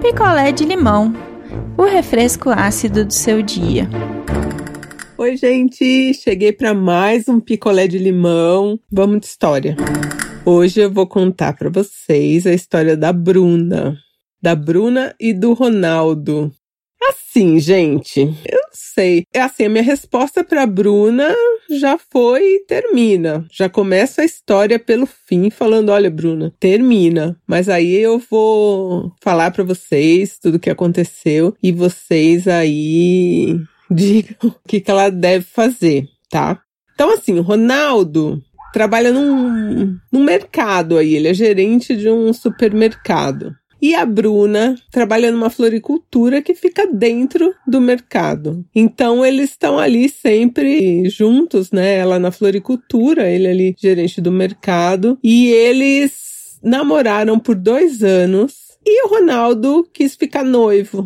Picolé de limão, o refresco ácido do seu dia. Oi, gente! Cheguei para mais um picolé de limão. Vamos de história. Hoje eu vou contar para vocês a história da Bruna e do Ronaldo. Assim, gente, eu não sei. Assim, a minha resposta para Bruna já foi e termina. Já começa a história pelo fim, falando, olha, Bruna, termina. Mas aí eu vou falar para vocês tudo o que aconteceu e vocês aí digam o que ela deve fazer, tá? Então, assim, o Ronaldo trabalha num mercado aí, ele é gerente de um supermercado. E a Bruna trabalha numa floricultura que fica dentro do mercado. Então, eles estão ali sempre juntos, né? Ela na floricultura, ele ali gerente do mercado. E eles namoraram por 2 anos. E o Ronaldo quis ficar noivo.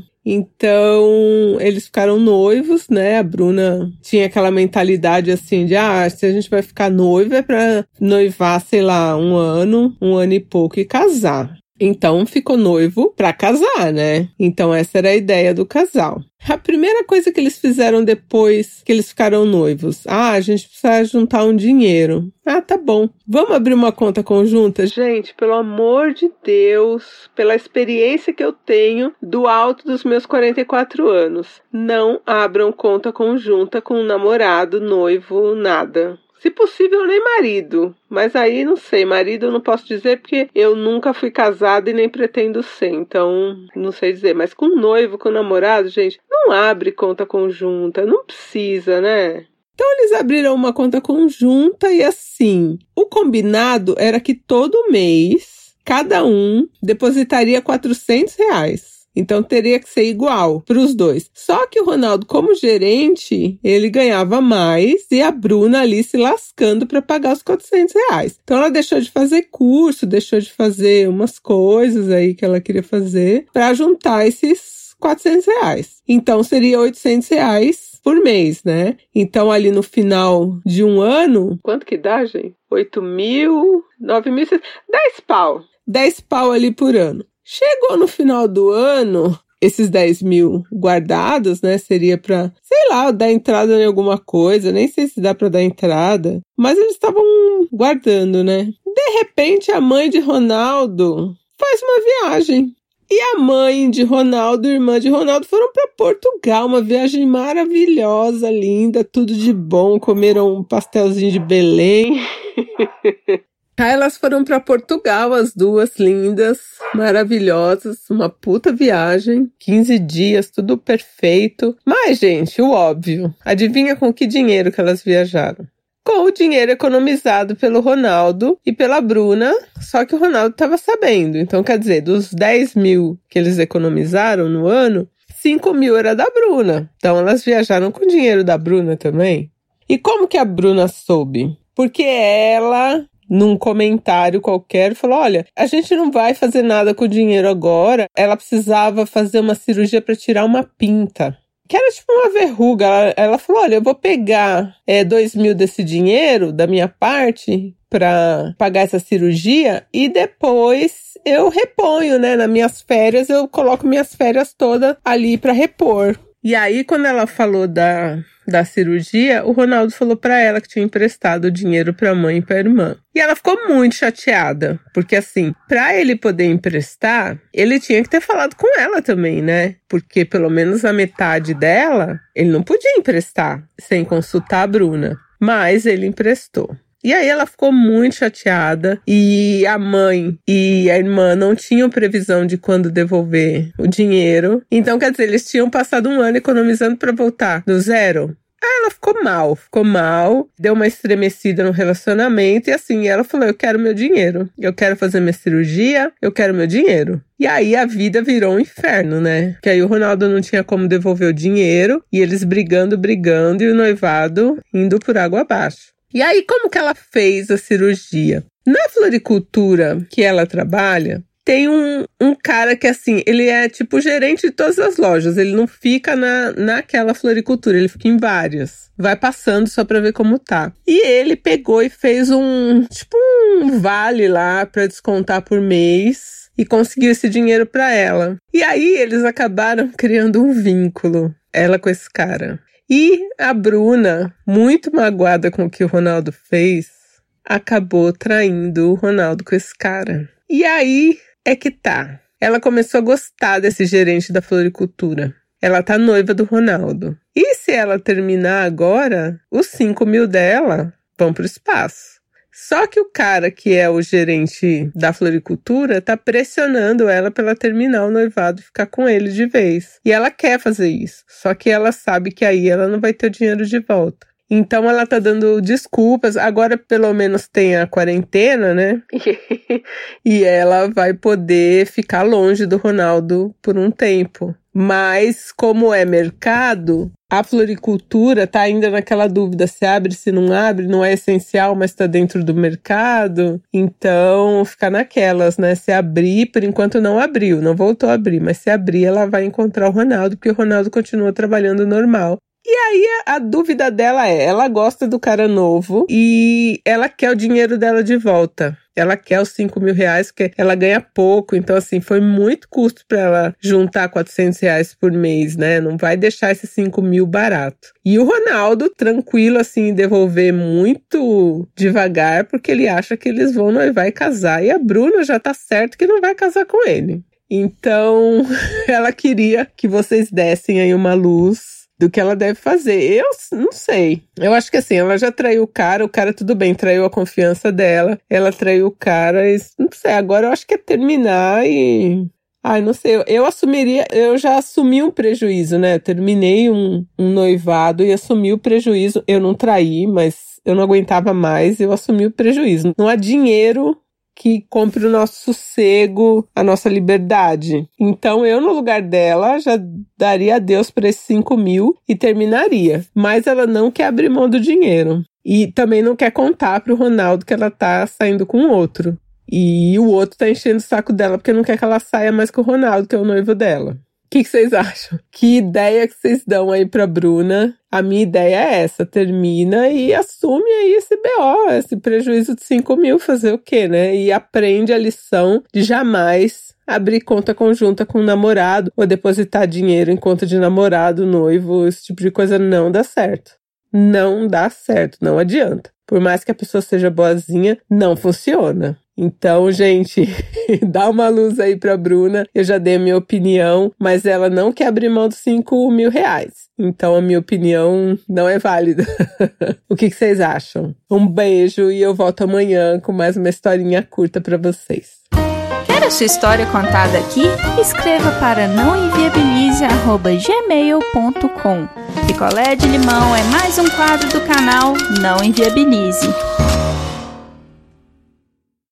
Então, eles ficaram noivos, né? A Bruna tinha aquela mentalidade assim de, se a gente vai ficar noivo é pra noivar, sei lá, 1 ano e pouco e casar. Então, ficou noivo pra casar, né? Então, essa era a ideia do casal. A primeira coisa que eles fizeram depois que eles ficaram noivos, a gente precisa juntar um dinheiro. Tá bom. Vamos abrir uma conta conjunta? Gente, pelo amor de Deus, pela experiência que eu tenho do alto dos meus 44 anos, não abram conta conjunta com um namorado, noivo, nada. Se possível, nem marido. Mas aí, não sei, marido eu não posso dizer porque eu nunca fui casada e nem pretendo ser. Então, não sei dizer. Mas com noivo, com namorado, gente, não abre conta conjunta. Não precisa, né? Então, eles abriram uma conta conjunta e assim, o combinado era que todo mês, cada um depositaria R$400. Então, teria que ser igual para os dois. Só que o Ronaldo, como gerente, ele ganhava mais e a Bruna ali se lascando para pagar os R$400. Então, ela deixou de fazer curso, deixou de fazer umas coisas aí que ela queria fazer para juntar esses R$400. Então, seria R$800 por mês, né? Então, ali no final de 1 ano, quanto que dá, gente? 8.000, 9.000, 10 pau. 10 pau ali por ano. Chegou no final do ano, esses 10.000 guardados, né, seria pra, sei lá, dar entrada em alguma coisa, nem sei se dá pra dar entrada, mas eles estavam guardando, né. De repente, a mãe de Ronaldo faz uma viagem. E a mãe de Ronaldo e a irmã de Ronaldo foram para Portugal, uma viagem maravilhosa, linda, tudo de bom, comeram um pastelzinho de Belém. Aí elas foram para Portugal, as duas lindas, maravilhosas, uma puta viagem, 15 dias, tudo perfeito. Mas, gente, o óbvio, adivinha com que dinheiro que elas viajaram? Com o dinheiro economizado pelo Ronaldo e pela Bruna, só que o Ronaldo estava sabendo. Então, quer dizer, dos 10.000 que eles economizaram no ano, 5.000 era da Bruna. Então, elas viajaram com o dinheiro da Bruna também. E como que a Bruna soube? Porque ela, num comentário qualquer, falou, olha, a gente não vai fazer nada com o dinheiro agora. Ela precisava fazer uma cirurgia para tirar uma pinta, que era tipo uma verruga. Ela falou, olha, eu vou pegar 2.000 desse dinheiro, da minha parte, para pagar essa cirurgia, e depois eu reponho, né, nas minhas férias, eu coloco minhas férias todas ali para repor. E aí, quando ela falou da cirurgia, o Ronaldo falou pra ela que tinha emprestado o dinheiro pra mãe e pra irmã. E ela ficou muito chateada, porque assim, pra ele poder emprestar, ele tinha que ter falado com ela também, né? Porque pelo menos a metade dela, ele não podia emprestar sem consultar a Bruna. Mas ele emprestou. E aí ela ficou muito chateada e a mãe e a irmã não tinham previsão de quando devolver o dinheiro. Então, quer dizer, eles tinham passado 1 ano economizando para voltar do zero. Aí ela ficou mal, deu uma estremecida no relacionamento e assim, ela falou, eu quero meu dinheiro, eu quero fazer minha cirurgia, eu quero meu dinheiro. E aí a vida virou um inferno, né? Que aí o Ronaldo não tinha como devolver o dinheiro e eles brigando e o noivado indo por água abaixo. E aí, como que ela fez a cirurgia? Na floricultura que ela trabalha, tem um cara que, assim, ele é tipo gerente de todas as lojas. Ele não fica naquela floricultura, ele fica em várias. Vai passando só pra ver como tá. E ele pegou e fez um vale lá pra descontar por mês e conseguiu esse dinheiro para ela. E aí eles acabaram criando um vínculo, ela com esse cara. E a Bruna, muito magoada com o que o Ronaldo fez, acabou traindo o Ronaldo com esse cara. E aí é que tá. Ela começou a gostar desse gerente da floricultura. Ela tá noiva do Ronaldo. E se ela terminar agora, os 5 mil dela vão pro espaço. Só que o cara que é o gerente da floricultura tá pressionando ela pra ela terminar o noivado e ficar com ele de vez. E ela quer fazer isso. Só que ela sabe que aí ela não vai ter o dinheiro de volta. Então ela tá dando desculpas. Agora pelo menos tem a quarentena, né? E ela vai poder ficar longe do Ronaldo por um tempo. Mas como é mercado, a floricultura tá ainda naquela dúvida se abre, se não abre, não é essencial, mas tá dentro do mercado. Então fica naquelas, né? Se abrir, por enquanto não abriu, não voltou a abrir, mas se abrir ela vai encontrar o Ronaldo, porque o Ronaldo continua trabalhando normal. E aí a dúvida dela ela gosta do cara novo e ela quer o dinheiro dela de volta. Ela quer os 5 mil reais, porque ela ganha pouco. Então, assim, foi muito custo para ela juntar 400 reais por mês, né? Não vai deixar esses 5 mil barato. E o Ronaldo, tranquilo, assim, devolver muito devagar, porque ele acha que eles vão noivar e casar. E a Bruna já tá certo que não vai casar com ele. Então, ela queria que vocês dessem aí uma luz do que ela deve fazer. Eu não sei. Eu acho que assim, ela já traiu o cara tudo bem, traiu a confiança dela, ela traiu o cara, não sei, agora eu acho que é terminar e... Ai, não sei, eu já assumi um prejuízo, né? Terminei um noivado e assumi o prejuízo. Eu não traí, mas eu não aguentava mais, eu assumi o prejuízo. Não há dinheiro que compre o nosso sossego, a nossa liberdade. Então, eu, no lugar dela, já daria adeus para esses 5 mil e terminaria. Mas ela não quer abrir mão do dinheiro. E também não quer contar pro Ronaldo que ela tá saindo com outro. E o outro tá enchendo o saco dela porque não quer que ela saia mais com o Ronaldo, que é o noivo dela. O que vocês acham? Que ideia que vocês dão aí pra Bruna? A minha ideia é essa, termina e assume aí esse BO, esse prejuízo de 5 mil, fazer o quê, né? E aprende a lição de jamais abrir conta conjunta com o namorado ou depositar dinheiro em conta de namorado, noivo, esse tipo de coisa não dá certo. Não dá certo, não adianta. Por mais que a pessoa seja boazinha, não funciona. Então, gente, dá uma luz aí pra Bruna. Eu já dei a minha opinião, mas ela não quer abrir mão dos 5 mil reais. Então, a minha opinião não é válida. O que vocês acham? Um beijo e eu volto amanhã com mais uma historinha curta pra vocês. Quer a sua história contada aqui? Escreva para nãoenviabilize@gmail.com. Picolé de Limão é mais um quadro do canal Não Enviabilize.